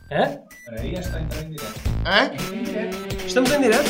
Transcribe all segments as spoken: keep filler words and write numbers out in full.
Hã? Aí já está a entrar em direto. Hã? Estamos em direto?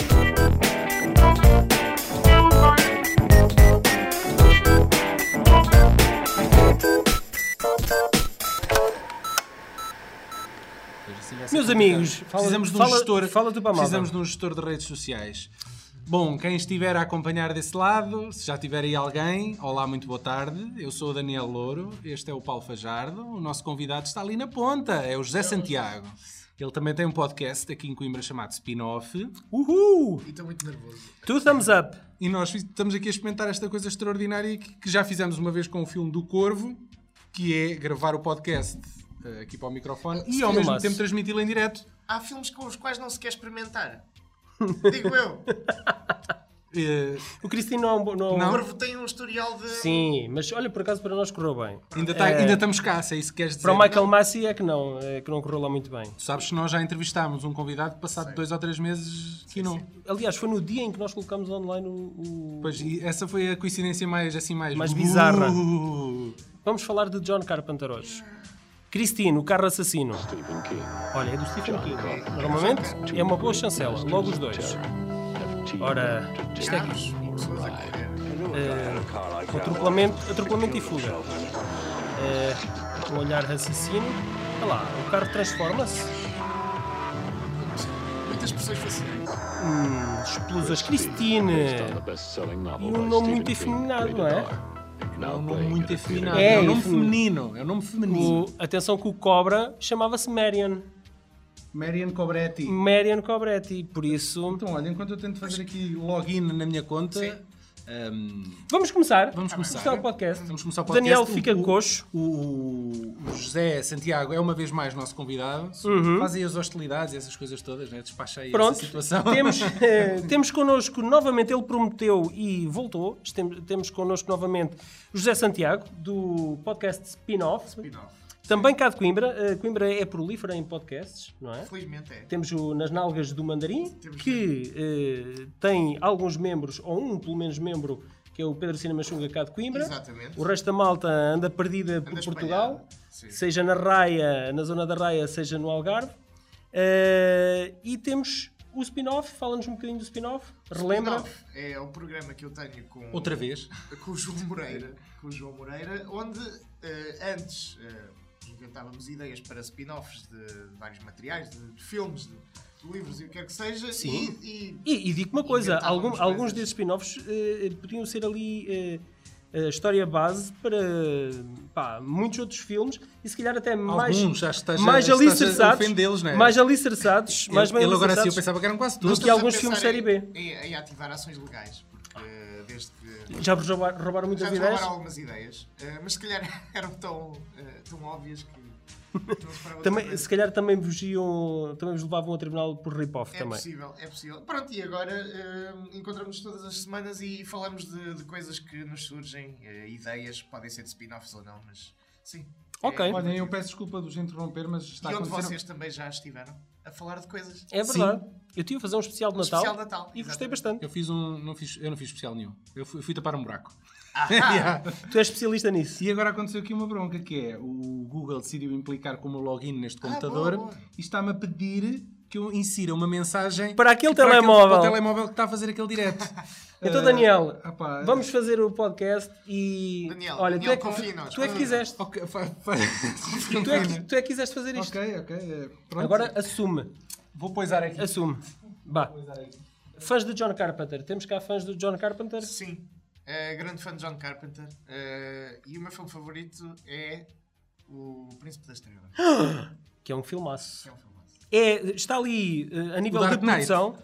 Meus amigos, fala, precisamos de um fala, gestor, fala tu para a malta. precisamos de um gestor de redes sociais. Bom, quem estiver a acompanhar desse lado, se já tiver aí alguém, olá, muito boa tarde. Eu sou o Daniel Louro, este é o Paulo Fajardo. O nosso convidado está ali na ponta, é o José Santiago. Ele também tem um podcast aqui em Coimbra chamado Spin-Off. Uhul! E estou muito nervoso. Two thumbs up. E nós estamos aqui a experimentar esta coisa extraordinária que, que já fizemos uma vez com o filme do Corvo, que é gravar o podcast uh, aqui para o microfone e ao mesmo tempo transmiti-lo em direto. Há filmes com os quais não se quer experimentar. Digo eu. Uh, O Cristino não é um bom... Não... O Corvo tem um historial de... Sim, mas olha, por acaso para nós correu bem. ainda, tá, É. ainda estamos cá, se é isso que queres dizer. Para o Michael Massey é que não, é que não correu lá muito bem. Tu sabes que nós já entrevistámos um convidado passado dois ou três meses que não. Aliás, foi no dia em que nós colocamos online o... o... Pois, e essa foi a coincidência mais, assim, mais... Mais bizarra. Uh! Vamos falar de John Carpenter hoje. Cristino, o carro assassino. Olha, é do Stephen King. Normalmente é uma boa chancela, logo os dois. Ora, isto é aqui. Pessoas a correr. Uh, atropelamento, atropelamento e fuga. Uh, um olhar assassino. Olha lá, o carro transforma-se. Muitas pessoas faciais. Hum, explosas Christine. E um nome muito efeminado, não é? É um nome muito efeminado. É, É, um nome efem- feminino. É um nome feminino. O, atenção que o Cobra chamava-se Marion. Marian Cobretti. Marion Cobretti, por isso... Então, olha, enquanto eu tento fazer aqui login na minha conta... Sim. hum, Vamos começar. Vamos começar. Começar o podcast. Vamos começar o podcast. Daniel fica o, coxo. O, o, o José Santiago é uma vez mais nosso convidado. Faz aí as hostilidades e essas coisas todas, né? Despacha aí Pronto, essa situação. temos, eh, temos connosco novamente, ele prometeu e voltou, temos, temos connosco novamente o José Santiago, do podcast Spin-Off, Spin-off. também cá de Coimbra. Uh, Coimbra é prolífera em podcasts, não é? Felizmente é. Temos o Nas Nalgas do Mandarim, Temos que eh, tem alguns membros, ou um pelo menos membro, que é o Pedro Cinema Xunga cá de Coimbra. Exatamente. O resto da malta anda perdida por Anda Portugal, espalhada. Sim. seja na Raia, na zona da Raia, seja no Algarve. Eh, e temos o spin-off, fala-nos um bocadinho do spin-off, relembra? Spin-off é o programa que eu tenho com... Outra vez. Com o João Moreira. Com o João Moreira, onde eh, antes eh, inventávamos ideias para spin-offs de, de vários materiais, de, de filmes, de, de livros e o que quer que seja. Sim. E, e E, e digo uma coisa, inventávamos algum, coisas. alguns desses spin-offs eh, podiam ser ali eh, a história base para pá, muitos outros filmes e se calhar até mais, Alguns, já estás a- mais estás a alicerçados, ofendê-los, não é? mais alicerçados, mais bem Ele agora sim, eu alicerçados pensava que eram quase do todos. que alguns Estamos a filmes pensar série B. Em, em, em ativar ações legais, porque desde que... Já vos roubar- roubaram muitas Já nos ideias? roubaram algumas ideias, eh, mas se calhar eram tão, eh, tão óbvias que não se parava Também, outra se vez. calhar também vos, iam, também vos levavam ao tribunal por rip-off É também. possível, é possível. Pronto, e agora eh, encontramos-nos todas as semanas e falamos de, de coisas que nos surgem, eh, ideias, podem ser de spin-offs ou não, mas sim. Ok. É, Olhem, eu peço desculpa de vos interromper, mas está e a onde acontecer... vocês também já estiveram a falar de coisas. É verdade. Eu tive a fazer um especial de Natal, especial de Natal, e gostei exatamente. bastante. Eu fiz um... Não fiz, eu não fiz especial nenhum. Eu fui, fui tapar um buraco. Ah, Yeah. Tu és especialista nisso. E agora aconteceu aqui uma bronca, que é o Google decidiu implicar como login neste Ah, computador boa, boa. e está-me a pedir que eu insira uma mensagem Para aquele para telemóvel. para o telemóvel que está a fazer aquele direto. Então, Eh, Daniel, opá, vamos fazer o podcast e... Daniel, Olha, Daniel, tu, é confia em que, nós, tu é que confia em quiseste. ok, fa- fa- Tu é que, tu é que quiseste fazer isto. ok, ok. eh, Pronto. Agora assume. Vou poisar aqui. Assume. Bah. Fãs de John Carpenter. Temos cá fãs de John Carpenter. Sim, eh, grande fã de John Carpenter. eh, e o meu filme favorito é O Príncipe da Estrela. Que é um filmaço. Que é um filmaço. É, está ali eh, a nível de Dark Knight. produção.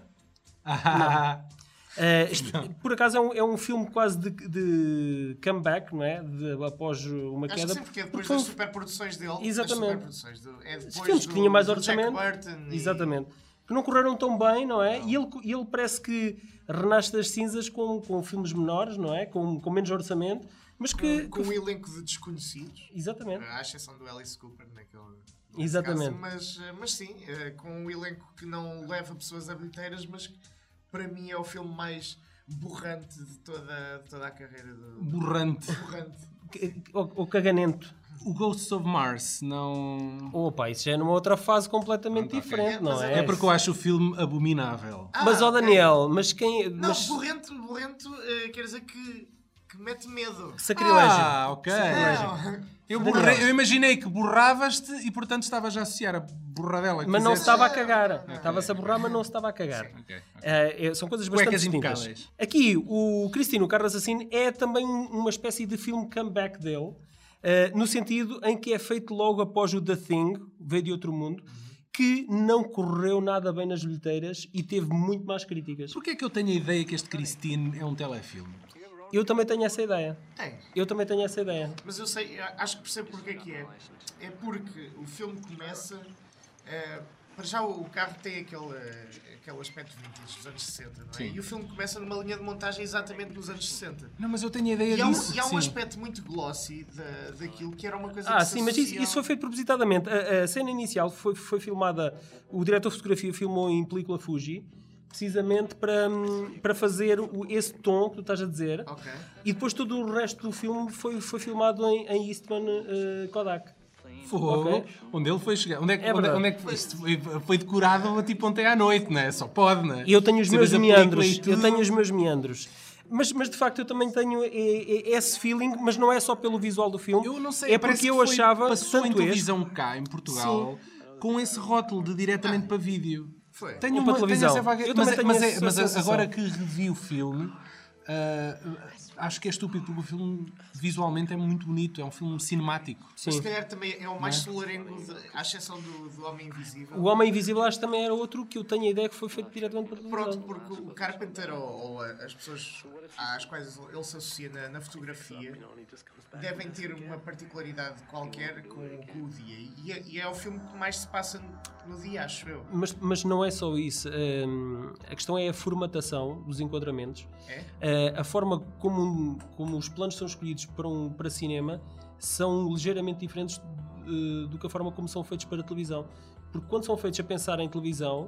Ah, eh, isto, por acaso é um, é um filme quase de, de comeback, não é? De, após uma Acho queda. que sempre que é depois Foi um- das superproduções dele. Exatamente. Das superproduções do, é depois filmes que do- tinham mais do Jack orçamento. Burton e- Exatamente. Que não correram tão bem, não é? E ele, e ele parece que renasce das cinzas com, com filmes menores, não é? Com, com menos orçamento, mas que... Com um elenco de desconhecidos. Exatamente. À exceção do Alice Cooper naquele. nesse Exatamente. caso, mas, eh, mas sim, eh, com um elenco que não leva pessoas a bilheteiras, mas que para mim é o filme mais borrante de toda, de toda a carreira do. borrante. Borrante. O, o caganento. o Ghosts of Mars não... Opa, isso já é numa outra fase completamente Pronto, ok. diferente, não é? É porque eu acho o filme abominável. Ah, Mas, ó ok. Daniel, mas quem... Não, mas... borrento, borrento uh, quer dizer que, que mete medo. Sacrilégio. Ah, ok. Não. Eu, borrei, eu imaginei que borravas-te e, portanto, estavas a associar a borradela que Mas não se fizeste- estava a cagar. Estava-se a borrar, mas não se estava a cagar. Ok, ok. É, é, são coisas bastante Cuecas distintas. impecáveis. Aqui, o Cristino, o Carro Assassino, é também uma espécie de filme comeback dele, eh, no sentido em que é feito logo após o The Thing, Veio de Outro Mundo, que não correu nada bem nas bilheteiras e teve muito mais críticas. Porquê é que eu tenho a ideia que este Christine é um telefilme? Eu também tenho essa ideia. Tem. Eu também tenho essa ideia. Mas eu sei, eu acho que percebo porque é que é. É porque o filme começa. eh, para já o carro tem aquele, eh, aquele aspecto vintage dos anos sessenta, não é? Sim. E o filme começa numa linha de montagem exatamente nos anos sessenta. Não, mas eu tenho a ideia E há um, disso. e há um sim. aspecto muito glossy da, daquilo que era uma coisa Ah, que se sim, mas isso, associa isso foi feito propositadamente. A, a cena inicial foi, foi filmada, o diretor de fotografia filmou em película Fuji, precisamente para, hum, para fazer o, esse tom que tu estás a dizer. Ok. E depois todo o resto do filme foi, foi filmado em, em Eastman eh, Kodak. Fogo. Ok. Onde ele foi chegar? Onde é que, É onde, verdade. onde é que foi? Isto foi, foi decorado tipo ontem à noite, não é? Só pode, não é? E eu tenho os Você meus vês a película meandros. e Eu tudo. tenho os meus meandros. Mas, mas de facto eu também tenho é, é, esse feeling, mas não é só pelo visual do filme. Eu não sei, é parece porque eu que foi- achava passou em tanto este, televisão cá em Portugal com esse rótulo de diretamente para vídeo. Foi. Tenho Ou uma, para televisão. tenho essa vaga, Eu mas, também é- tenho mas, é- essa mas sensação. agora que revi o filme, ah, acho que é estúpido porque o filme visualmente é muito bonito, é um filme cinemático. Mas se Sim. calhar também é o mais solarengo, de, à exceção do, do Homem Invisível. O Homem Invisível acho que também era outro que eu tenho a ideia que foi feito diretamente para televisão. Pronto, porque o Carpenter ou, ou as pessoas às quais ele se associa na, na fotografia devem ter uma particularidade qualquer com, com o dia. E é, e é o filme que mais se passa no, no dia, acho eu. Mas, mas não é só isso. Hum, a questão é a formatação dos enquadramentos. É? Uh, a forma como, como os planos são escolhidos para, um, para cinema são ligeiramente diferentes uh, do que a forma como são feitos para televisão. Porque quando são feitos a pensar em televisão,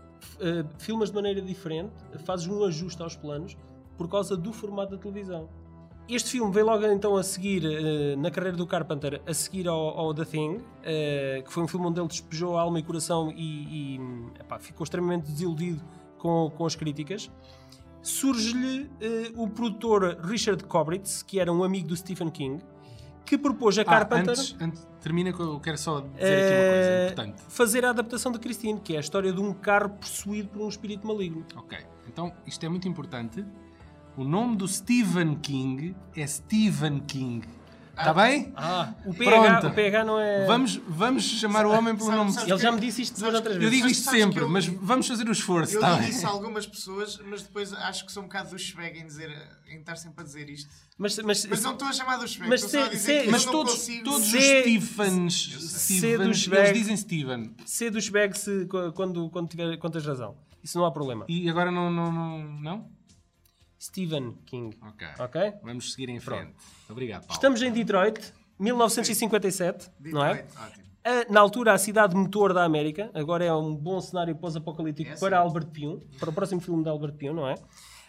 uh, filmas de maneira diferente, fazes um ajuste aos planos por causa do formato da televisão. Este filme veio logo então a seguir, uh, na carreira do Carpenter, a seguir ao, ao The Thing, uh, que foi um filme onde ele despejou a alma e coração e, e epá, ficou extremamente desiludido com, com as críticas. Surge-lhe uh, o produtor Richard Kobritz, que era um amigo do Stephen King, que propôs a Ah, Carpenter antes, antes, termina que eu quero só dizer aqui uma uh, coisa importante. fazer a adaptação de Christine, que é a história de um carro possuído por um espírito maligno. Ok, então isto é muito importante. O nome do Stephen King é Stephen King. Está bem? Ah, o P H, Pronto. o P H não é... Vamos, vamos chamar o homem pelo Sabe- nome. sabe- Ele já me disse isto duas ou três Eu vezes. digo Mas isto sabes sempre, que eu- mas vamos fazer o esforço, Eu está digo bem? isso a algumas pessoas, mas depois acho que sou um bocado do Schweg em, dizer, em estar sempre a dizer isto. Mas, mas, Mas não estou a chamar do Schweg, Mas estou só a se- dizer se- que Mas eu não todos, consigo... todos os Se- Stephens, se Stevens, do Schweg- eles dizem Steven. ser do Schweg se, quando, quando, tiver, quando tens razão. Isso não há problema. E agora não, não, não, não? Stephen King. Ok. Ok? Vamos seguir em frente. Obrigado, Paulo. Estamos em Detroit, mil novecentos e cinquenta e sete, não é? Detroit, ótimo. A- na altura, a cidade motor da América. Agora é um bom cenário pós-apocalíptico É, para sim. Albert Pyun, para o próximo filme de Albert Pyun, não é?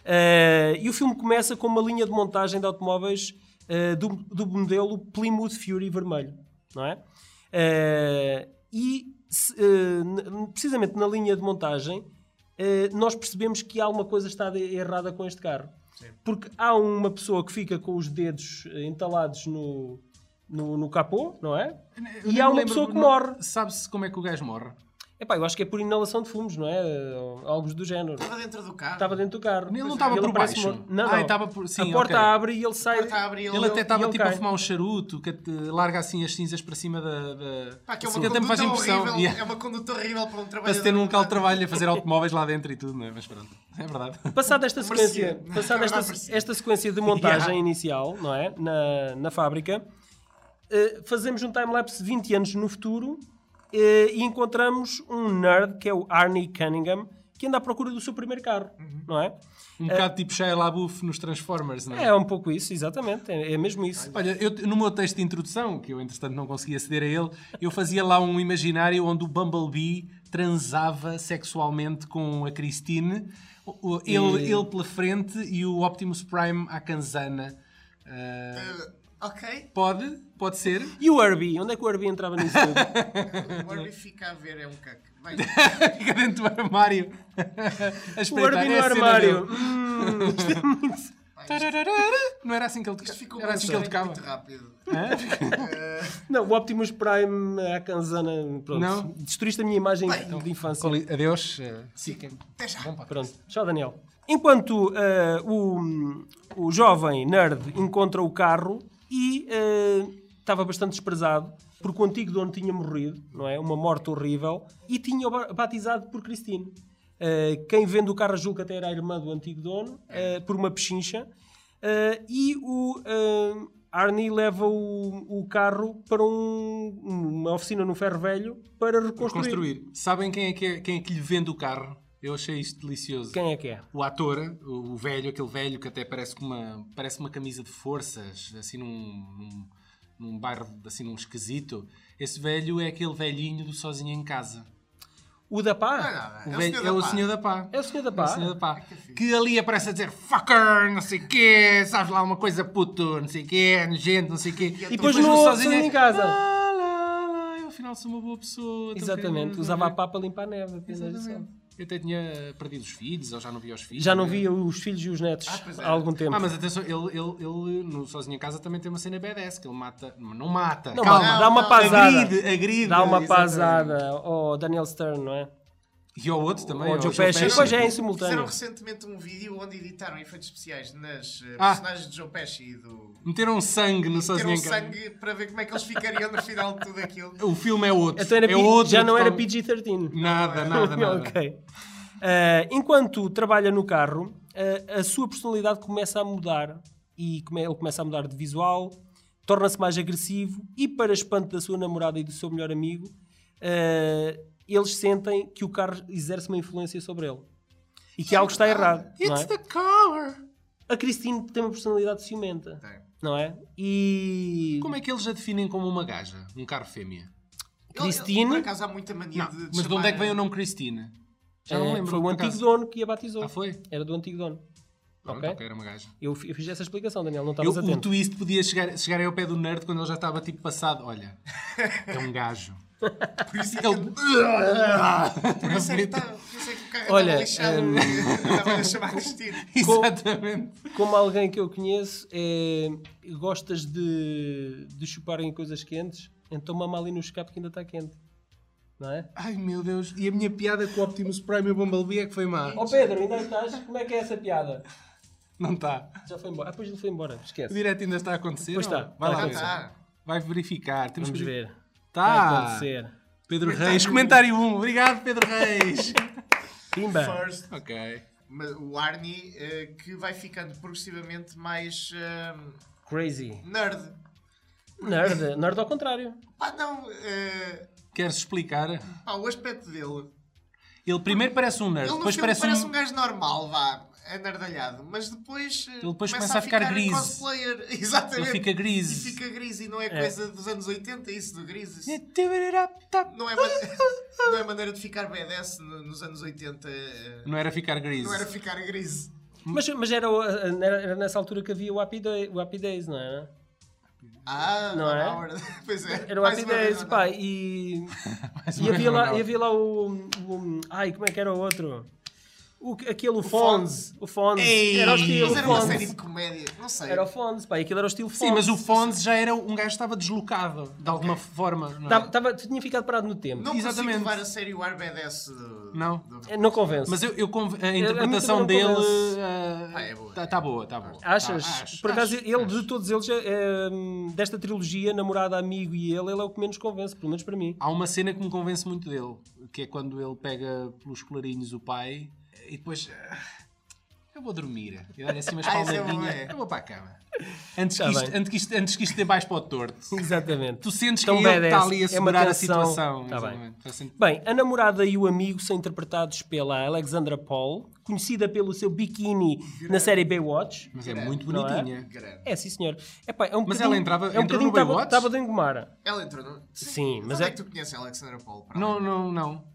Eh, e o filme começa com uma linha de montagem de automóveis eh, do, do modelo Plymouth Fury vermelho, não é? Eh, e se- eh, n- precisamente na linha de montagem eh, nós percebemos que há alguma coisa está de- errada com este carro. Porque há uma pessoa que fica com os dedos eh, entalados no, no, no capô, não é? Eu E nem há me uma lembro- pessoa que não- morre. Sabe-se como é que o gajo morre? Epá, eu acho que é por inalação de fumos, não é? Ou algo do género. Estava dentro do carro. Estava dentro do carro. Ele não Pois estava é. por aparece baixo? morto. Não, Ah, não. estava por- sim, a porta ok. abre e ele sai. A porta abre e Ele ele- até estava ele tipo a cai. fumar um charuto, que te larga assim as cinzas para cima da... da... Pá, que é Assim, uma até me faz conduta impressão. horrível, Yeah. é uma conduta horrível para um Para trabalhador. se ter num local de trabalho a fazer automóveis lá dentro e tudo, não é? Mas pronto, é verdade. Passada esta sequência, Merecia. passada esta, Merecia. esta sequência de montagem Yeah. inicial, não é? Na, na fábrica, eh, fazemos um time-lapse vinte anos no futuro eh, e encontramos um nerd, que é o Arnie Cunningham, que anda à procura do seu primeiro carro, não é? Um bocado tipo Shia LaBeouf nos Transformers, não é? É um pouco isso, exatamente, é, é mesmo isso. Olha, eu, no meu texto de introdução, que eu entretanto não consegui aceder a ele, eu fazia lá um imaginário onde o Bumblebee transava sexualmente com a Christine, o- o- ele, E- ele pela frente e o Optimus Prime à canzana. Ah, Ok. Pode, pode ser. E o Herbie? Onde é que o Herbie entrava nisso tudo? O Herbie fica a ver, é um caco. Bem, Fica dentro do armário. A O espreitar. Herbie É no a cena armário. dele. Hum, isto é muito... Não era assim que ele isto tocava. ficou Era assim que ele tocava. muito rápido. Não, o Optimus Prime, a Kanzana, pronto. Não? Destruíste a minha imagem Bem, de infância. Coli- Adeus. eh, Fiquem. Até já. Bom podcast. Pronto. Tchau, Daniel. Enquanto eh, o, o jovem nerd encontra o carro e eh, estava bastante desprezado porque o antigo dono tinha morrido, não é? Uma morte horrível, e tinha o batizado por Christine. Uh, quem vende o carro julga até era a irmã do antigo dono, uh, por uma pechincha, uh, e o uh, Arnie leva o, o carro para um- uma oficina no ferro velho para reconstruir. Construir. Sabem quem é, que é, quem é que lhe vende o carro? Eu achei isto delicioso. Quem é que é? O ator, o o velho, aquele velho que até parece com uma, parece uma camisa de forças, assim num, num, num bairro, assim num esquisito. Esse velho é aquele velhinho do Sozinho em Casa. O da Não é Pá? nada. O É o velho- senhor é o da pá. senhor da pá. É o senhor da É o Pá? senhor da pá. que fixe. Que ali aparece a dizer fucker, não sei o quê, sabes lá uma coisa puto, não sei o quê, nojento, não sei o quê. E depois no Sozinho em Casa. Lá, lá, lá, eu afinal sou uma boa pessoa. tão Exatamente. querido, Usava a não é? pá para limpar a neve. apenas Exatamente. isso. Eu até tinha perdido os filhos, ou já não via os filhos. Já não né? via os filhos e os netos Ah, pois é. há algum tempo. Ah, mas atenção, ele, ele, ele no Sozinho em Casa também tem uma cena badass, que ele mata... Não mata, Não, calma. mas dá uma não, pasada. Agride, agride. Dá uma exatamente. pasada ao Daniel Stern, não é? E ao outro também. Ao ao Joe Joe Pesci. Pesci. Pois é, em Fizeram simultâneo. recentemente um vídeo onde editaram efeitos especiais nas eh, Ah. personagens de Joe Pesci e do... Meteram sangue no Sozinho Meteram em Casa. sangue para ver como é que eles ficariam no final de tudo aquilo. O filme é outro. Então era é P- outro já não era totalmente. P G treze. Nada, nada, nada. Ok. Uh, enquanto trabalha no carro, uh, a sua personalidade começa a mudar. E come- ele começa a mudar de visual, torna-se mais agressivo e, para espanto da sua namorada e do seu melhor amigo, uh, eles sentem que o carro exerce uma influência sobre ele. E que algo está errado. Não It's é? the car. A Christine tem uma personalidade ciumenta. Tem. Não é? E... Como é que eles a definem como uma gaja? Um carro fêmea? Christine- Ele- ele, por acaso há muita mania Não, de, de mas de chamar- onde é que vem o nome Christine? Já não Eh, lembro. foi o por antigo acaso. dono que a batizou. Ah, foi? Era do antigo dono. Pronto, Ok? ok, era uma gaja. Eu, fi- eu fiz essa explicação, Daniel, não Eu, estavas o atento. twist podia chegar, chegar aí ao pé do nerd quando ele já estava tipo passado. Olha, é um gajo. Por isso é que, Ele... por isso é que, tá- por isso é que o carro Olha, estava lixado. hum, Estava a chamar Cristina. Exatamente. Como alguém que eu conheço, é, gostas de, de chupar em coisas quentes, então mama ali no escape que ainda está quente. Não é? Ai meu Deus, e a minha piada com o Optimus Prime e o Bumblebee é que foi má. Ó Pedro, ainda estás? Como é que é essa piada? Não está. Já foi embora. Ah, depois ele foi embora, O esquece. direto ainda está a acontecer? Pois ou- está, Vai está lá a ver. Ah, Vai verificar. Temos Vamos que ver. Vai Tá. acontecer. Pedro Reis, comentário um. Obrigado, Pedro Reis. Pimba. first. Ok. Mas o Arnie, eh, que vai ficando progressivamente mais eh, Crazy. nerd. Nerd. Nerd ao contrário. Pá, não. eh, Queres explicar? pá, o aspecto dele. Ele primeiro parece um nerd, Ele no depois filme parece, parece um... um gajo normal, vá. Anardalhado. Mas depois. eh, Ele depois começa a ficar grise. cosplayer. Exatamente. Ele fica grise. E fica grise. E não é, coisa dos anos oitenta, isso do grise. Isso Tá. não, é ma- não é maneira de ficar badass no- nos anos oitenta. eh, Não era ficar grise. Não era ficar grise. Mas, mas era, o- era, era nessa altura que havia o Happy, Day, o Happy Days, não era? Ah, Não é? Howard. Pois é. Era o Mais Happy uma vez, Days, não. pá, e, Mais e, uma havia vez, lá, não. e havia lá o, o- ai, como é que era o outro? O, aquele, o Fonz, o Fonz, Ei! era o estilo Mas era uma Fonz, série de comédia. Não sei. era o Fonz, pá, e aquilo era o estilo Fonz. Sim, mas o Fonz já era um gajo que estava deslocado, de alguma forma. Não, é? Tava, tava, tinha ficado parado no tempo. Não Exatamente. consigo levar a sério o ar badass do... Não. do- É, não convence. Mas eu, eu conv- a mim interpretação também não dele convence. Ah, é boa. está tá boa, está boa. Achas? Tá, acho, Por acaso, acho, ele, acho. de todos eles, é, hum, desta trilogia, namorada, amigo e ele, ele é o que menos convence, pelo menos para mim. Há uma cena que me convence muito dele, que é quando ele pega pelos clarinhos o pai e depois... ah, eu vou dormir. E dá-lhe assim umas Ah, isso é bom, palmadinhas. é. Eu vou para a cama. Antes que, Tá isto, bem. antes, que isto, antes que isto dê mais para o torto. Exatamente. Tu sentes Tão que ele está badass, ali a é uma segurar a tensão. situação. Tá bem. exatamente. Faz sentido. Bem, a namorada e o amigo são interpretados pela Alexandra Paul, conhecida pelo seu biquíni na série Baywatch. Mas é muito Não é? bonitinha. Grande. É, sim senhor. Epá, é um Mas bocadinho- ela entrava- é um entrou no bocadinho tava- Baywatch? Estava de engomar. Ela entrou no... Sim, mas Onde é... é- que tu conheces a Alexandra Paul? Para Não, além? não, não.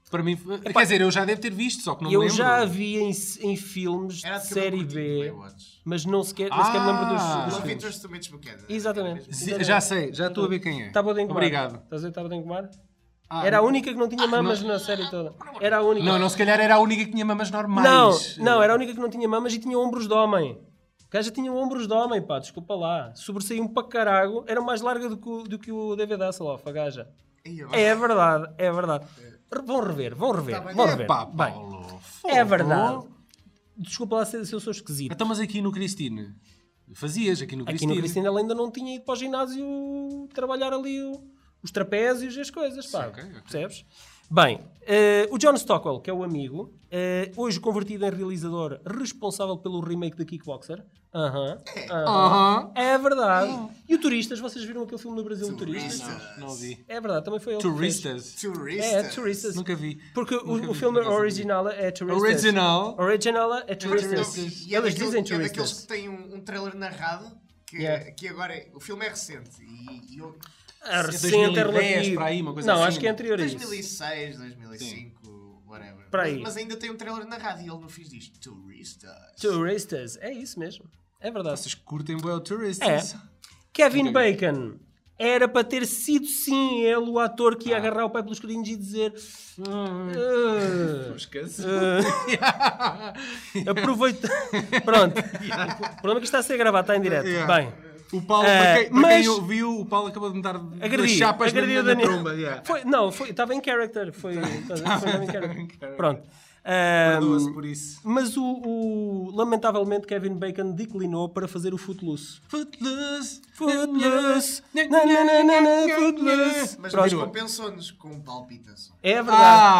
Para mim, quer dizer, eu já devo ter visto, só que não me Eu lembro. já a vi em, em filmes Era de de cabelo série curtinho, B, Baywatch. mas não sequer, nem sequer me lembro dos, Ah. dos Love filmes. Interest to Mitch Buchanan. Exatamente. Sim, já sei, já estou a ver quem é. Estava a engomar. Obrigado. Estás a ver? Estava a engomar? Ah, Era a única que não tinha mamas não- na série toda. Era a única. Não, não, se calhar era a única que tinha mamas normais. Não, não, era a única que não tinha mamas e tinha ombros de homem. A gaja tinha ombros de homem, pá, desculpa lá. Sobressaiu-me para carago. Era mais larga do que o, do que o David Hasselhoff, a gaja. É verdade, é verdade. Re- Vão rever, vão rever, Tá bem. vão É rever. pá, Bem, Paulo. é fogo. verdade. Desculpa lá se, se eu sou esquisito. Então, mas aqui no Cristine, fazias aqui no Aqui Cristine. no Cristina ela ainda não tinha ido para o ginásio trabalhar ali o- os trapézios e as coisas, pá. Sim, ok, ok. Percebes? Bem, eh, o John Stockwell, que é o amigo, eh, hoje convertido em realizador responsável pelo remake de Kickboxer. Aham. aham. Aham. É verdade. E o Turistas, vocês viram aquele filme no Brasil, o Turistas? Turistas. Não, não vi. É verdade, também foi ele. que fez. Turistas. Turistas. É, Turistas. Nunca vi. Porque Nunca o, vi, o filme por acaso original é Turistas. Original. Original é Turistas. Turistas. E é Eles daquele- dizem é daqueles Turistas. que têm um, um trailer narrado que, Yeah. que agora é, o filme é recente e, e eu, É dois recente, mil e é dez, relativo. para aí, uma coisa Não, assim. acho que é anterior a isso. dois mil e seis, dois mil e cinco, whatever. Para Mas, aí. mas ainda tem um trailer narrado e ele no fiz diz Turistas. Turistas, é isso mesmo. É verdade. Vocês curtem bem o Turistas. É. Kevin Nunca vi. Bacon era para ter sido sim ele o ator que ia agarrar o pai pelos cordinhos e dizer "Ah, Esquece. ah, aproveita." Pronto. O problema é que isto está a ser gravado, está em direto. Yeah. Bem, O Paulo, Eh, para, quem, para mas- quem ouviu, o Paulo acabou de me dar agredi, duas chapas agredi na, o na Daniel. tromba. Yeah. Foi, não, foi, estava em character. Foi, foi, estava em character. Pronto. Perdoa-se Ahm, por isso. mas o, o- lamentavelmente Kevin Bacon declinou para fazer o Footloose. Footloose. Footloose. Na, na, na, na, na, Footloose. Mas, Pronto. mas compensou-nos com palpitação. É verdade.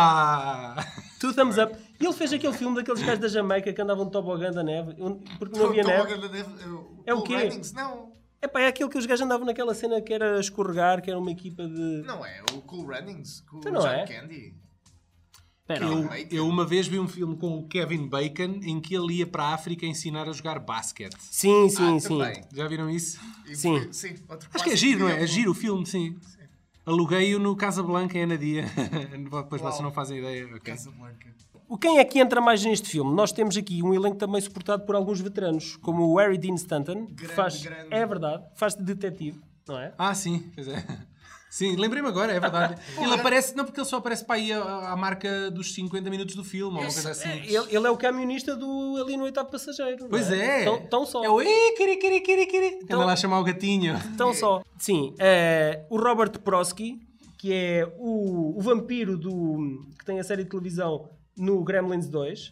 Ah! Two thumbs up. E ele fez aquele filme daqueles gajos da Jamaica que andavam de tobogã da neve, porque não havia Tom neve. Hogan, uh, É o Cool quê? Runnings? Não, Epá, é aquele que os gajos andavam naquela cena que era escorregar, que era uma equipa de... não é. O Cool Runnings com o Então não John é? Candy. Espera, Eu, Bacon. eu uma vez vi um filme com o Kevin Bacon em que ele ia para a África ensinar a jogar basquete. Sim, sim, Ah, sim. também. Já viram isso? E Sim. foi- sim outro Acho que é clássico giro, não é? dele. É giro o filme, sim. Aluguei-o no Casablanca em Anadia. Depois Uau. vocês não fazem ideia. ok? Casablanca. O quem é que entra mais neste filme? Nós temos aqui um elenco também suportado por alguns veteranos, como o Harry Dean Stanton, que Grande, faz, grande. é verdade, faz de detetive, não é? Ah, sim, pois é. Sim, lembrei-me agora, é verdade. Ele aparece, não porque ele só aparece para aí à, à marca dos cinquenta minutos do filme, ou uma coisa assim. Ele, ele é o camionista do ali no oitavo passageiro. não Pois é. Tão, tão só. É o Ikiri, Kiri, Kiri, Kiri. Então- Anda lá a chamar o gatinho. Tão só. Sim, eh, o Robert Prosky, que é o, o vampiro do, que tem a série de televisão no Gremlins dois.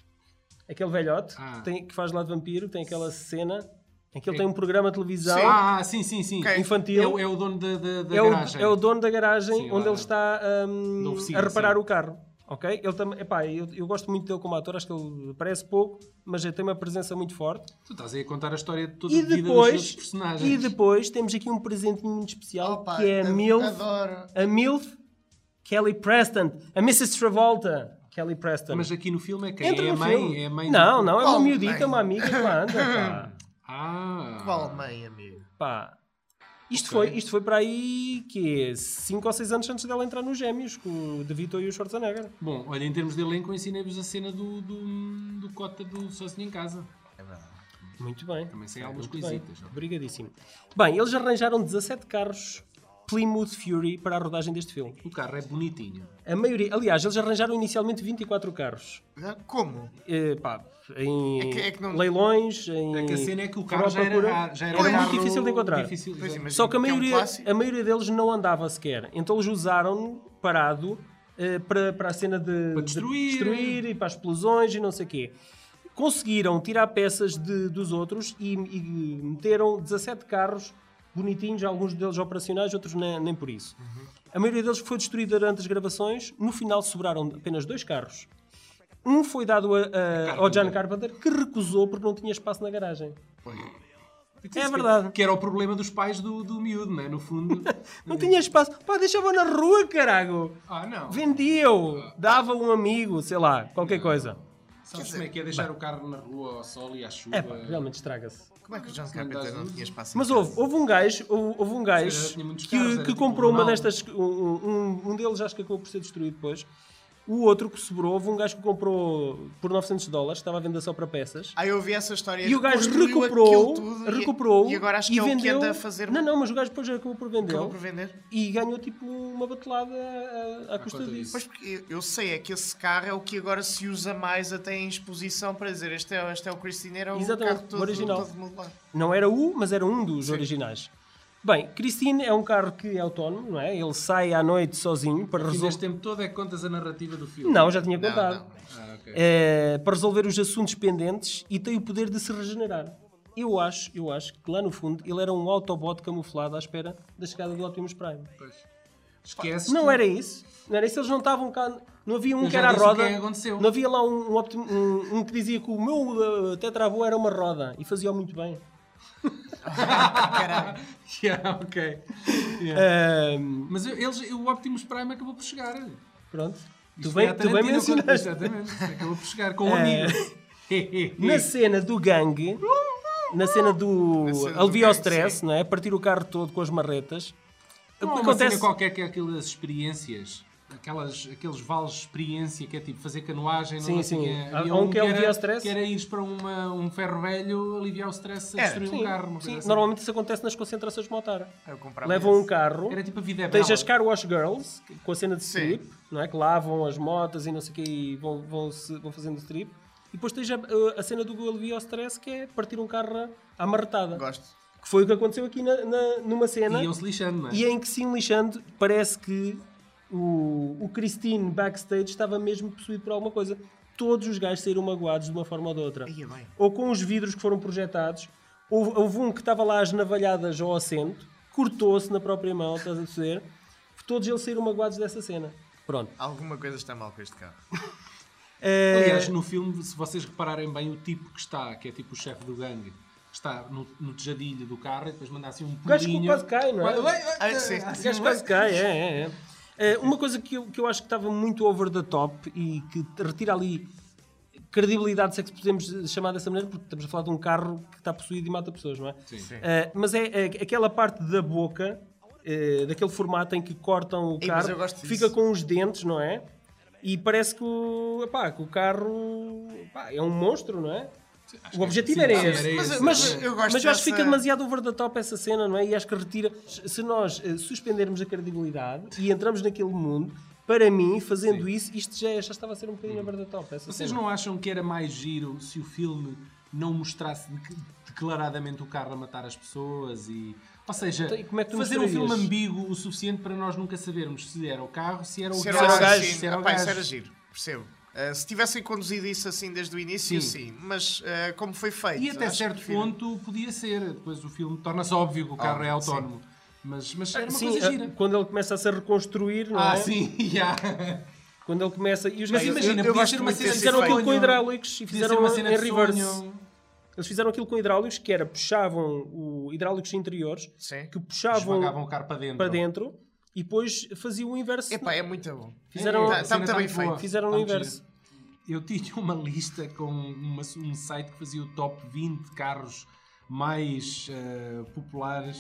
Aquele velhote Ah. que, tem- que faz lá de vampiro, tem aquela cena em que ele tem um programa de televisão. Sim. Ah, sim, sim, sim. Ok. Infantil. É, o- é o dono da, da, da É o, garagem. é o dono da garagem Sim, onde lá ele está hum, da oficina, a reparar sim. o carro. Ok? Ele também, epá, eu, eu gosto muito dele como ator, acho que ele aparece pouco, mas ele tem uma presença muito forte. Tu estás aí a contar a história de toda E a vida dos depois, outros personagens. e depois temos aqui um presentinho muito especial Opa, que é a ad- MILF, Adoro. a MILF Kelly Preston, a missus Travolta Kelly Preston. Mas aqui no filme é quem? Entra É a no mãe? filme. É a mãe Não, do... não, é Qual uma miudita, mãe? uma amiga que lá anda. Pá. Ah. Qual mãe, amigo? Pá. Isto, Ok. foi, isto foi para aí que é cinco ou seis anos antes dela entrar nos Gêmeos, com o De Vito e o Schwarzenegger. Bom, olha, em termos de elenco, eu ensinei-vos a cena do, do, do Cota do Sozinho em Casa. É verdade. Muito bem. Também sei algumas Muito coisitas. bem. ó. Obrigadíssimo. Bem, eles arranjaram dezassete carros Plymouth Fury para a rodagem deste filme. O carro é bonitinho. A maioria, aliás, eles arranjaram inicialmente vinte e quatro carros. Ah, Como? Eh, pá, em É que- é que não- leilões, em... É que a cena é que o foram carro à já era, procura. raro, já era, Era um muito carro difícil de encontrar. difícil, Pois, exato. mas- Só que a que é um maioria, clássico. a maioria deles não andava sequer. Então eles usaram parado eh, para, para a cena de, Para de destruir. destruir e para as explosões e não sei o quê. Conseguiram tirar peças de- dos outros e, e meteram dezassete carros bonitinhos, alguns deles operacionais, outros nem, nem por isso. A maioria deles foi destruída durante as gravações. No final sobraram apenas dois carros. Um foi dado a- a- ao John Carpenter, que recusou porque não tinha espaço na garagem. É verdade. Que era o problema dos pais do, do miúdo, né? No fundo. Não tinha espaço. Pá, deixava na rua, carago. Ah, não. Vendia-o. Dava a um amigo, sei lá, qualquer coisa. Sabes como é que é deixar o carro na rua ao sol e à chuva? É pá, realmente estraga-se. Como é que o John Se não Carpenter dás não uso. tinha espaço em Mas casa? houve, houve um gajo, houve, houve um gajo tinha muitos que, carros, era que tipo comprou uma Ronaldo. destas, um, um, um deles acho que acabou por ser destruído depois, O outro que sobrou, houve um gajo que comprou por novecentos dólares, estava a vender só para peças. Ah, eu ouvi essa história. E o gajo Construiu recuperou, aquilo tudo e- recuperou E agora acho e que é o que vendeu... anda a fazer. Não, não, mas o gajo depois acabou por Acabou vendê-lo por vender. e ganhou tipo uma batelada à, à custa conta disso. disso. Pois porque eu- eu sei, é que esse carro é o que agora se usa mais até em exposição para dizer este é, este é o Christine, era o Exatamente, carro o todo, original. todo modelado. Não era o, mas era um dos Sim. originais. Bem, Christine é um carro que é autónomo, não é? Ele sai à noite sozinho para E neste resolver... tempo todo é que contas a narrativa do filme. Não, já tinha Não, contado. não. Ah, ok. É, para resolver os assuntos pendentes e tem o poder de se regenerar. Eu acho, eu acho que lá no fundo ele era um Autobot camuflado à espera da chegada do Optimus Prime. Pois. Esquece. Não era isso. Não era isso. Eles não estavam cá. Não havia um Eu que já era a disse o que roda. é que aconteceu. Não havia lá um, um, Optim- um- um que dizia que o meu uh, tetravô era uma roda e fazia muito bem. Caralho. Yeah, ok. Yeah. Ahm, Mas eu- eles, o Optimus Prime acabou por chegar. pronto. Tu Isto foi bem, a tu bem Tarantino, mencionaste. Exatamente. Acabou por chegar com um É. amigo. Na cena do gangue, na cena do Na cena do alivio ao gangue, stress, sim. não é? Partir o carro todo com as marretas. Não O há que uma acontece... cena qualquer que é aquelas experiências, aquelas, aqueles vales de experiência que é tipo fazer canoagem. Sim, não sim. sei, é- Há havia um que é era- aliviar o stress. Que era ir para uma, um ferro velho aliviar o stress a É, destruir Sim, um carro. uma coisa sim. assim. Normalmente isso acontece nas concentrações de motar. Eu comprava Levam esse. um carro, Era tipo a vida é tens bela. as car wash girls, com a cena de Sim. strip, não é? Que lavam as motas e não sei o quê e vão, vão, se- vão fazendo strip. E depois tens a, a cena do alivio ao stress, que é partir um carro à marretada. Gosto. Que foi o que aconteceu aqui na, na- numa cena. E iam-se lixando, não é? E em que sim lixando, parece que o, o Christine backstage estava mesmo possuído por alguma coisa. Todos os gajos saíram magoados de uma forma ou de outra. Ia bem. Ou com os vidros que foram projetados, houve, houve um que estava lá às navalhadas ao assento, cortou-se na própria mão, estás a perceber? Todos eles saíram magoados dessa cena. Pronto. Alguma coisa está mal com este carro. Eh, Aliás, no filme, se vocês repararem bem, o tipo que está, que é tipo o chefe do gangue, está no, no tejadilho do carro e depois manda assim um o gajo pulinho. quase cai, não é? Ah, sim. O gajo quase cai, é, é, é. Eh, uma coisa que eu, que eu acho que estava muito over the top e que retira ali credibilidade, se é que podemos chamar dessa maneira, porque estamos a falar de um carro que está possuído e mata pessoas, não é? Sim. Sim. Eh, mas é, é aquela parte da boca, eh, daquele formato em que cortam o Ei, mas carro, eu gosto fica disso. com os dentes, não é? E parece que o, epá, que o carro epá, é um monstro, não é? O objetivo sim, era sim, esse. era Mas, esse. mas, Mas eu gosto mas eu acho que dessa- fica demasiado over the top essa cena, não é? E acho que retira. Se nós eh, suspendermos a credibilidade e entramos naquele mundo, para mim, fazendo isso, isto já, já estava a ser um bocadinho over the top. Essa Vocês cena. não acham que era mais giro se o filme não mostrasse de- declaradamente o carro a matar as pessoas e... Ou seja, Então, e como é que tu fazer um filme mostrarias? ambíguo o suficiente para nós nunca sabermos se era o carro, se era o Se gajo. era o gajo, se era o epá, isso gajo. era giro, percebo. Uh, se tivessem conduzido isso assim desde o início, Sim. sim. Mas uh, como foi feito. E até acho certo que prefiro- ponto podia ser. Depois o filme torna-se óbvio que o carro Óbvio, é autónomo. Mas, mas era uma Sim, coisa eh, gira. quando ele começa a se reconstruir, não Ah, é? sim, já. Quando ele começa. E os Mas gajos- imagina, eu podia gosto ser uma muito cena desse fizeram efeito. aquilo com hidráulicos e Podia ser fizeram uma cena em de reverse. sonho. Eles fizeram aquilo com hidráulicos, que era puxavam o hidráulicos interiores, Sim. que puxavam Esmagavam o carro para dentro. para dentro e depois faziam o inverso. Epá, é muito bom. Fizeram- Está a cena muito bem boa. feito. Fizeram Tá o muito inverso. giro. Eu tinha uma lista com uma- um site que fazia o top vinte carros mais eh, populares.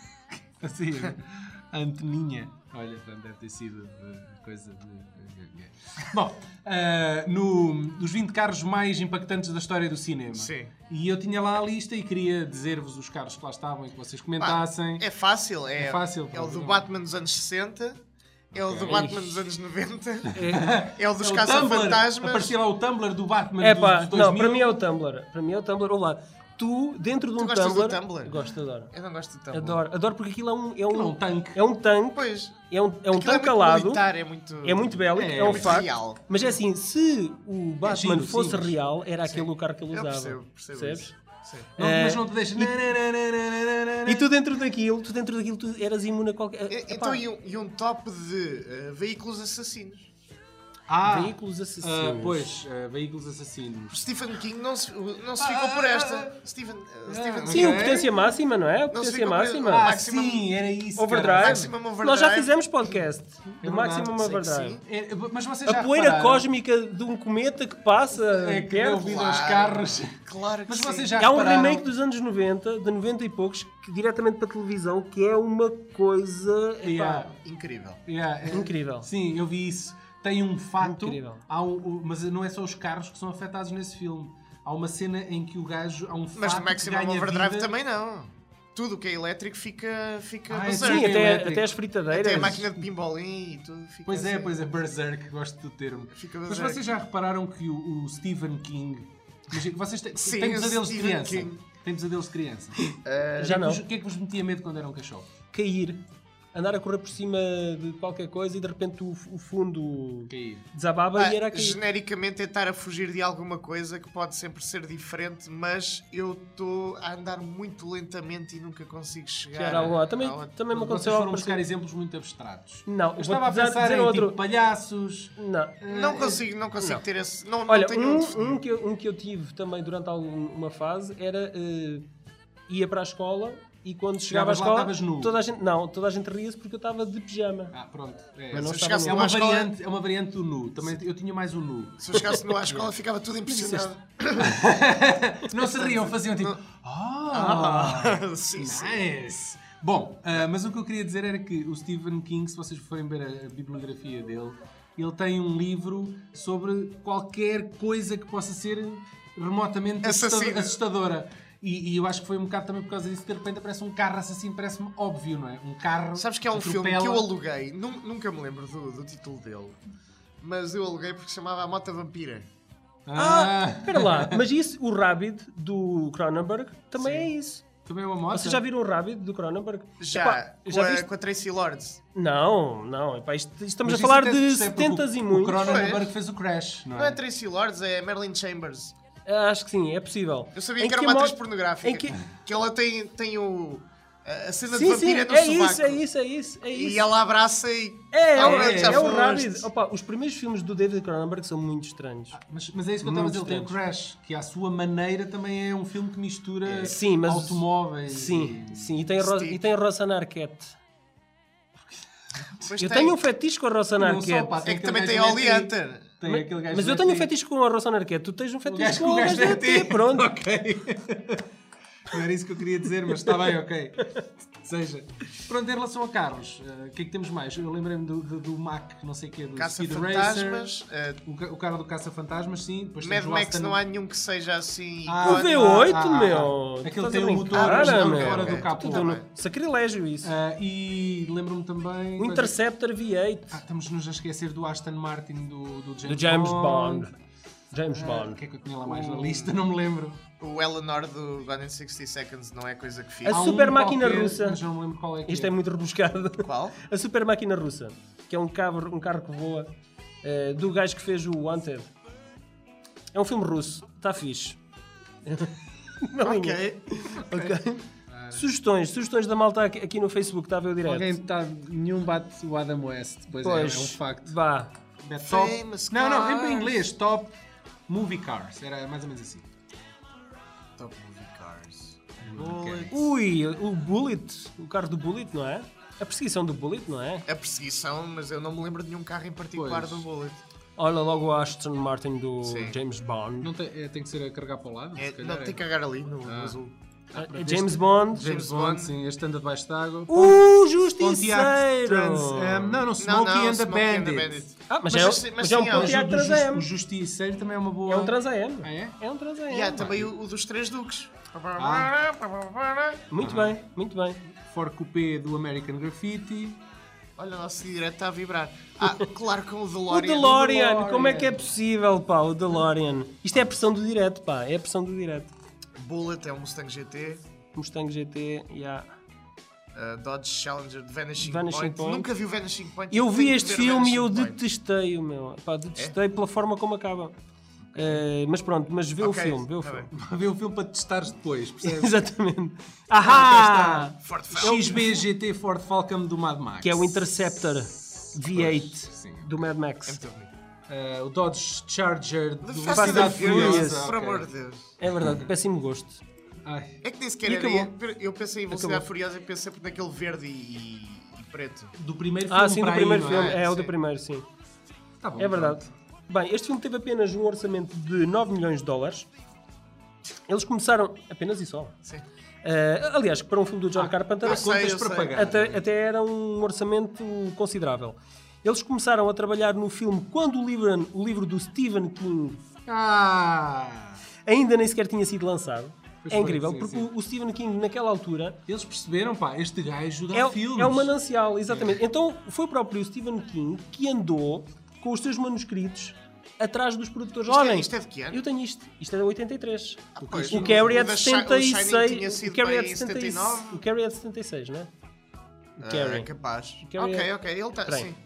Fazia a anteninha. Olha, portanto, deve ter sido eh, coisa de... Bom, eh, no, dos vinte carros mais impactantes da história do cinema. Sim. E eu tinha lá a lista e queria dizer-vos os carros que lá estavam e que vocês comentassem. É fácil. É, É fácil, é o do pronto. Batman dos anos sessenta. É o do Ok. Batman dos anos noventa. É, É o dos É o Tumblr. caça-fantasmas. Aparecia lá o Tumblr do Batman é dos, pá, dos dois mil. não, para mim é o Tumblr. Para mim é o Tumblr. Olá, tu, dentro de Tu um gostas do Tumblr. Tumblr? Gosto, adoro. Eu não gosto de Tumblr. Adoro, adoro porque aquilo é um, é Aquilo é um um, tanque. é um tanque, Pois. é um, é um Aquilo tanque é muito calado, militar, é muito... é muito bélico, É, é, um muito facto. real. Mas é assim, se o Batman giro, fosse simples. real, era aquele Sim. o carro que ele Eu usava. percebo, percebo Percebes? isso. Sim. Não, É, mas não te deixa. E tu dentro daquilo, tu dentro daquilo, tu eras imune a qualquer. E- Epá, Então, e um, e um top de eh, veículos assassinos. Ah, veículos assassinos. ah, pois, ah, veículos assassinos. Stephen King não se, não se ficou por esta. Stephen, eh, Stephen Sim, Ok. o potência máxima, não é? O Não se potência ficou preso. máxima. Ah, Ah, Maximum sim, era isso. Overdrive. cara. Maximum Overdrive. Nós já fizemos podcast do verdade. Maximum Sim, Overdrive. sim. É, mas vocês já A poeira repararam? cósmica de um cometa que passa É que perto. deu vida aos Claro. carros. Claro que Mas sim. vocês já Há um repararam? remake dos anos noventa, de noventa e poucos, que, diretamente para televisão, que é uma coisa epá, Yeah. Incrível. Yeah, é- incrível. Sim, eu vi isso. tem um fato, Incrível. há um, mas não é só os carros que são afetados nesse filme. Há uma cena em que o gajo, há um fato Mas no que Maximum ganha Overdrive vida. também não. Tudo o que é elétrico fica, fica Ah, é berserk. Sim, é até, elétrico. até as fritadeiras. Até a máquina de pinbolim e tudo fica Pois é, assim. pois é, berserk, gosto do termo. Fica Mas berserk. vocês já repararam que o, o Stephen King... Imagina, vocês têm, Sim, têm o pesadelos de Stephen criança? King. Têm pesadelos de criança? Já não. O que é que vos metia medo quando eram cachorros? Cair. Andar a correr por cima de qualquer coisa e de repente o, o fundo Cair. desabava Ah, e era a cair. genericamente é estar a fugir de alguma coisa que pode sempre ser diferente, mas eu estou a andar muito lentamente e nunca consigo chegar. Chegar a algum lado. Também, ao- também me Vocês aconteceu foram algo buscar parecido. exemplos muito abstratos. Não, Eu eu estava a vou-te pensar dizer em outro. tipo palhaços... Não. Não consigo, não consigo Não. ter esse. Não, Olha, não tenho um, definido. um, que eu, um que eu tive também durante algum- uma fase era eh, ia para a escola e quando chegava à Chegavas lá, escola estavas nu. toda a gente não, toda a gente ria-se porque eu estava de pijama. Ah, pronto. É, Mas não Se estava chegasse nu. é, uma à escola- variante, é uma variante do nu. Também, eu tinha mais o nu. Se eu chegasse no à escola ficava tudo impressionado. Não se riam, faziam tipo... Ah, Ah, sim, sim. nice! Bom, ah, mas o que eu queria dizer era que o Stephen King, se vocês forem ver a, a bibliografia dele, ele tem um livro sobre qualquer coisa que possa ser remotamente Assassino. assustador- assustadora. E, e eu acho que foi um bocado também por causa disso que de repente aparece um carro assassino, parece-me óbvio, não é? Um carro. Sabes que é um filme atropela- que eu aluguei, nun- nunca me lembro do, do título dele, mas eu aluguei porque se chamava A Mota Vampira. Ah, Espera lá, mas isso, o Rabbit do Cronenberg também é isso. também é uma moto. Vocês já viram o Rabbit do Cronenberg? Já, Epá, com, já a, viste? com a Tracy Lords. Não, não, epá, isto, isto estamos Mas a falar isso até se de percebe porque setentas e o- muitos. O Cronenberg Pois. fez o Crash, não Não é é? Tracy Lords, é Marilyn Chambers. Ah, acho que sim, é possível. Eu sabia Em que era que uma a atriz moto- pornográfica. em que- Que ela tem, tem o, a a cena de Sim, sim, vampira no é sovaco. isso, é isso, é isso, é isso. E ela abraça e... É, Ah, é, já é, o foste. Rabbit. Opa, os primeiros filmes do David Cronenberg são muito estranhos. Mas, mas é isso que eu estava a dizer, ele tem o Muito Crash, que à sua maneira também é um filme que mistura Sim, mas- automóveis. Sim, e- sim, e tem a, Ro Steve. e tem a Rosanna Arquette. Pois Eu tem. tenho um fetiche com a Rosanna Não só, Arquette. pá, É que aquele também gajo tem do Holly E T. Hunter. Tem Mas, aquele gajo mas do eu E tenho um T. fetiche com a Rosanna Arquette. Tu tens um O fetiche gajo com com o o gajo gajo do do E E T. T. Pronto. Ok. Não era isso que eu queria dizer, mas está bem, ok. Seja. Pronto, em relação a carros, eh, o que é que temos mais? Eu lembrei-me do, do, do Mac, não sei o quê, do Speed Caça-fantasmas. Racer. uh, O, ca- o cara do Caça-Fantasmas, sim. Depois Mad temos o Max Aston- não há nenhum que seja assim... Ah, O icónico. V oito, ah, ah, meu. ah. Tu Aquele estás tem a o brincar, motor, mas não meu. fora ok. do capô. Tudo no- Sacrilégio isso. Ah, e lembro-me também... O Interceptor V oito. Ah, estamos-nos a esquecer do Aston Martin do, do James, Do James Bond. Bond. James Ah, Bond. o que é que eu tinha lá mais na lista? Não me lembro. O Eleanor do Gone in sixty seconds não é coisa que fiz. A Há um super máquina qualquer, russa. Mas não me lembro qual é que Isto é muito rebuscado. Qual? A super máquina russa. Que é um carro, um carro que voa. eh, do gajo que fez o Wanted. É um filme russo. Está fixe. Na linha. Ok. Ok. Sugestões, sugestões da malta aqui, aqui no Facebook, está a ver o direto. Alguém está. Nenhum bate o Adam West. Pois, Pois, é, é um facto. vá. É top. Famous Não, não, em cars. inglês, top movie cars. Era mais ou menos assim. Top Movie Cars. Ok. Ui, o Bullet, o carro do Bullet, não é? A perseguição do Bullet, não é? A perseguição, mas eu não me lembro de nenhum carro em particular Pois. do Bullet. Olha logo o Aston Martin do Sim. James Bond. Não tem, é, tem que ser a carregar para o lado? É, se calhar não, é. tem que cagar ali no, no Ah. azul. Ah, é James Bond. James James Bond, Bond. sim. Este anda debaixo de água. Uh, Pontiac Justiceiro! Trans Am. Não, não, Smokey Não, não, and the Smokey and the Bandit. Bandit. Ah, mas, Mas é, assim- mas mas é um sim, é um Pontiac O Trans Jus- Am. O Justiceiro também é uma boa. É um Trans Am. Ah, é? É um Trans Am. E há também o, o dos Três Duques. Muito bem, muito bem. Ford Coupé do American Graffiti. Olha, o nosso direto está a vibrar. Ah, claro, com o O DeLorean. DeLorean, DeLorean. como é que é possível, pá, o DeLorean? Isto é a pressão do direto, pá, é a pressão do direto. Bullet é um Mustang G T. Mustang G T, yeah. Uh, Dodge Challenger de Vanishing, Vanishing Point. Point. Nunca vi o Vanishing Point. Eu vi Tenho que este ver o filme e eu Vanishing Point. detestei o meu. Pá, detestei pela forma como acaba. Eh, mas pronto, mas vê Ok, o filme, vê o tá filme. bem. Vê o filme para testares depois, percebes? Exatamente. Ahá! Ford Falcon. X B G T Ford Falcon do Mad Max. Que é o Interceptor V oito sim. do Mad É Max. muito bonito. Eh, o Dodge Charger do The Fast Fast and and the the Furious, Furious. por ok. amor de Deus. É verdade, péssimo gosto. Ai, É que nem sequer E era. acabou. Eu pensei em Velocidade Acabou. Furiosa e pensei sempre naquele verde e, e preto. do primeiro filme Ah, sim, do para primeiro aí, não filme. É, o do Sim. primeiro, sim. Tá bom, É verdade. Bem, este filme teve apenas um orçamento de nove milhões de dólares. Eles começaram. Apenas isso, ó. Sim. Eh, aliás, para um filme do John Carpenter, eu sei, Contas eu para sei. pagar. até, até era um orçamento considerável. Eles começaram a trabalhar no filme quando o livro, o livro do Stephen King Ah! ainda nem sequer tinha sido lançado. Pois é foi, incrível, sim, porque sim. O, o Stephen King, naquela altura, Eles perceberam, pá, este gajo dá é, filmes. é um manancial, exatamente. Então, foi o próprio Stephen King que andou com os seus manuscritos atrás dos produtores. Isto é- Olhem, isto é de que ano? eu tenho isto. Isto é de oitenta e três. pois, o o- Carrie é o de da Shi- o setenta e Shining seis. tinha sido O Carrie é bem de em setenta e setenta e nove. O Carrie é de setenta e seis, não é? O Ah, Carrie. capaz. Carrie Ok, é- ok. Ele está. Espera aí. Sim.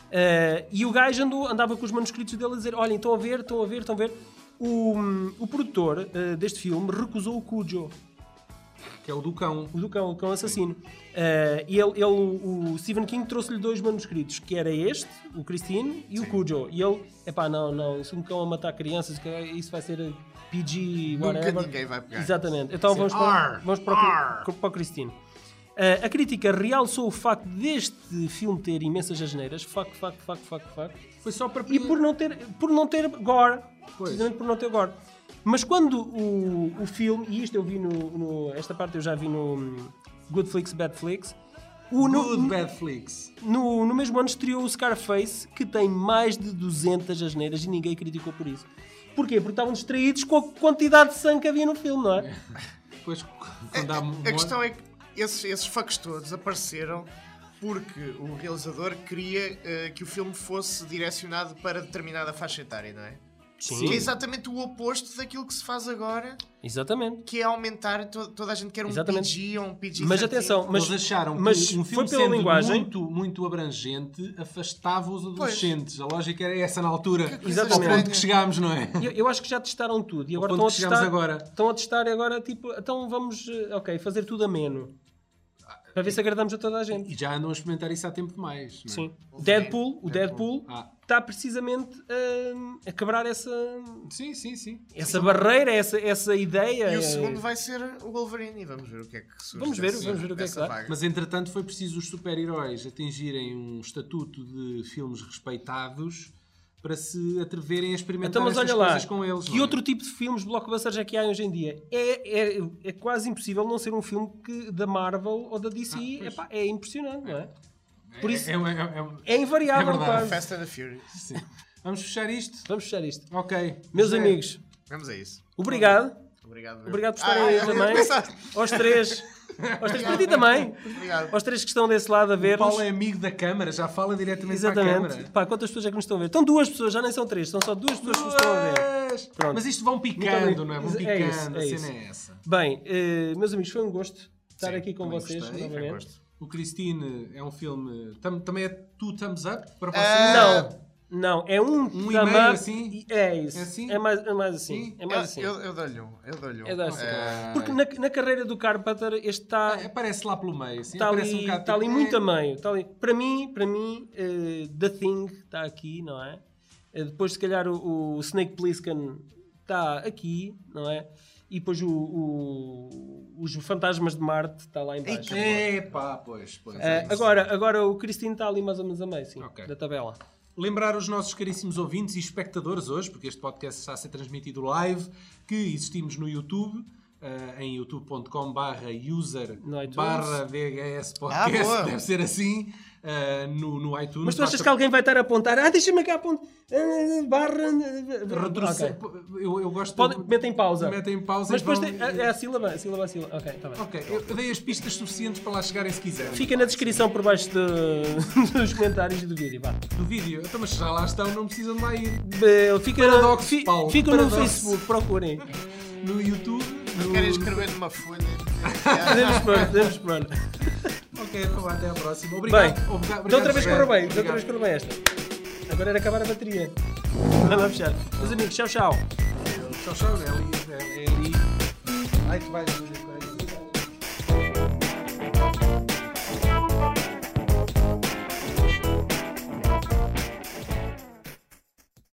Uh, e o gajo andou, andava com os manuscritos dele a dizer: olhem, estão a ver, estão a ver, estão a ver. O, o produtor uh, deste filme recusou o Cujo, Que é o do cão. o do cão, o cão assassino. Uh, e ele, ele, o Stephen King trouxe-lhe dois manuscritos, que era este, o Christine, e o Cujo. E ele, epá, não, não, isso é um cão a matar crianças, que isso vai ser P G, Nunca whatever. ninguém vai pegar. Exatamente. Então vamos para, Ar, vamos para, o, ar. Cri- para o Christine. Uh, a crítica realçou o facto deste filme ter imensas asneiras, fuck, fuck, fuck, fuck, fuck, Foi só para... e por não ter, por não ter gore, Pois. precisamente por não ter gore. Mas quando o, o filme, e isto eu vi no, no- esta parte eu já vi no hum, Good Flicks, Bad Flicks, o, no, Good Bad Flicks. no, no mesmo ano estreou o Scarface, que tem mais de duzentas asneiras e ninguém criticou por isso. Porquê? Porque estavam distraídos com a quantidade de sangue que havia no filme, não é? Depois, quando há... A questão é que esses, esses fucks todos apareceram porque o realizador queria eh, que o filme fosse direcionado para determinada faixa etária, não é? Sim. Que é exatamente o oposto daquilo que se faz agora, Exatamente. que é aumentar, to- toda a gente quer um Exatamente. P G ou um P G. Mas atenção, mas, Eles acharam que mas um foi filme pela sendo linguagem. muito, muito abrangente afastava os adolescentes. A lógica era essa na altura. coisa Ao Exatamente. ponto que chegámos, não é? Eu, eu acho que já testaram tudo e agora ponto estão a que chegamos testar. agora. Estão a testar e agora tipo, então vamos, eh, ok, fazer tudo ameno. Para ver se agradamos a toda a gente. E já andam a experimentar isso há tempo demais. Não é? Sim. O Deadpool, o Deadpool Ah. está precisamente hum, a quebrar essa, Sim, sim, sim. essa barreira, essa, essa ideia. E o segundo vai ser o Wolverine e vamos ver o que é que surge. Vamos ver, dessa- vamos ver o que é que dessa dá. vaga. Mas entretanto foi preciso os super-heróis atingirem um estatuto de filmes respeitados para se atreverem a experimentar Então, mas essas olha lá, coisas com eles. que não é? outro tipo de filmes blockbusters é que há hoje em dia? É, é, é quase impossível não ser um filme que, da Marvel ou da D C. Ah, pois. Epá, é impressionante, não é? Por isso É, é, é, é, é invariável, é verdade. quase. Fast and the Furious. sim. Vamos fechar isto? Vamos fechar isto. Ok. Meus José, amigos, Vamos a isso. obrigado. Obrigado. Obrigado por estarem Ah, aí eu ia também. pensar. Aos três. Aos três, para ti também. Obrigado. Aos três que estão desse lado a O ver-nos. Paulo é amigo da câmara, já fala diretamente para a Exatamente. câmara. Pá, quantas pessoas é que nos estão a ver? Estão duas pessoas, já nem são três, são só duas pessoas que nos estão a ver. Duas! Pronto. Mas isto vão Muito picando, obrigado. não é? Vão É picando, isso, é a isso. cena é essa. Bem, eh, meus amigos, foi um gosto estar Sim, aqui com também vocês gostei, Foi novamente. gosto. O Christine é um filme. tam- também é two thumbs up para vocês? Ah, Não, não, é um, Um thumb e meio, up assim? e- É isso. É assim? É mais, é mais assim. Sim? É mais assim. Eu, eu dou-lhe um. Eu dou-lhe um. É dar assim. Eh, Porque na, na carreira do Carpenter este está. Ah, aparece lá pelo meio. Assim, Está aparece ali, um bocado está ali tipo, muito eh, a meio. Está ali. Para mim, para mim eh, The Thing está aqui, não é? Eh, depois, se calhar, o, o Snake Plissken está aqui, não é? E depois o, o- os Fantasmas de Marte está lá em baixo. Epá, pois. pois Eh, é isso. agora, agora o Christine está ali mais ou menos a meio, sim, Ok. da tabela. Lembrar os nossos caríssimos ouvintes e espectadores hoje, porque este podcast está a ser transmitido live, que existimos no YouTube, eh, em youtube ponto com barra user No iTunes. barra V H S Ah, podcast, boa. deve ser assim, eh, no, no iTunes. Mas tu achas Basta- que alguém vai estar a apontar? Ah, deixa-me cá apontar. Ah, barra. Retroce- Ok. eu, eu gosto Pode, metem pausa. Metem pausa Mas e depois vão- tem, é a sílaba, a sílaba, a sílaba. Ok, está bem. Ok, eu dei as pistas suficientes para lá chegarem se quiserem. Fica na descrição por baixo de- dos comentários do vídeo. Vá. Do vídeo. Então, mas já lá estão, não precisam de lá ir. Be- Fica, Paradoxo, fi- Paulo, fica no paradoxo. Facebook, procurem. No YouTube. No... Querem escrever numa folha? Podemos pôr, podemos pôr. Ok, então vá, até à próxima. Obrigado. Bem, obrigado, da outra vez José. correu bem, da outra Obrigado. vez correu bem esta. Agora era acabar a bateria. Vamos a fechar. Meus amigos, tchau, tchau. Tchau, tchau. É ali. É, é ali. Ai, que vai.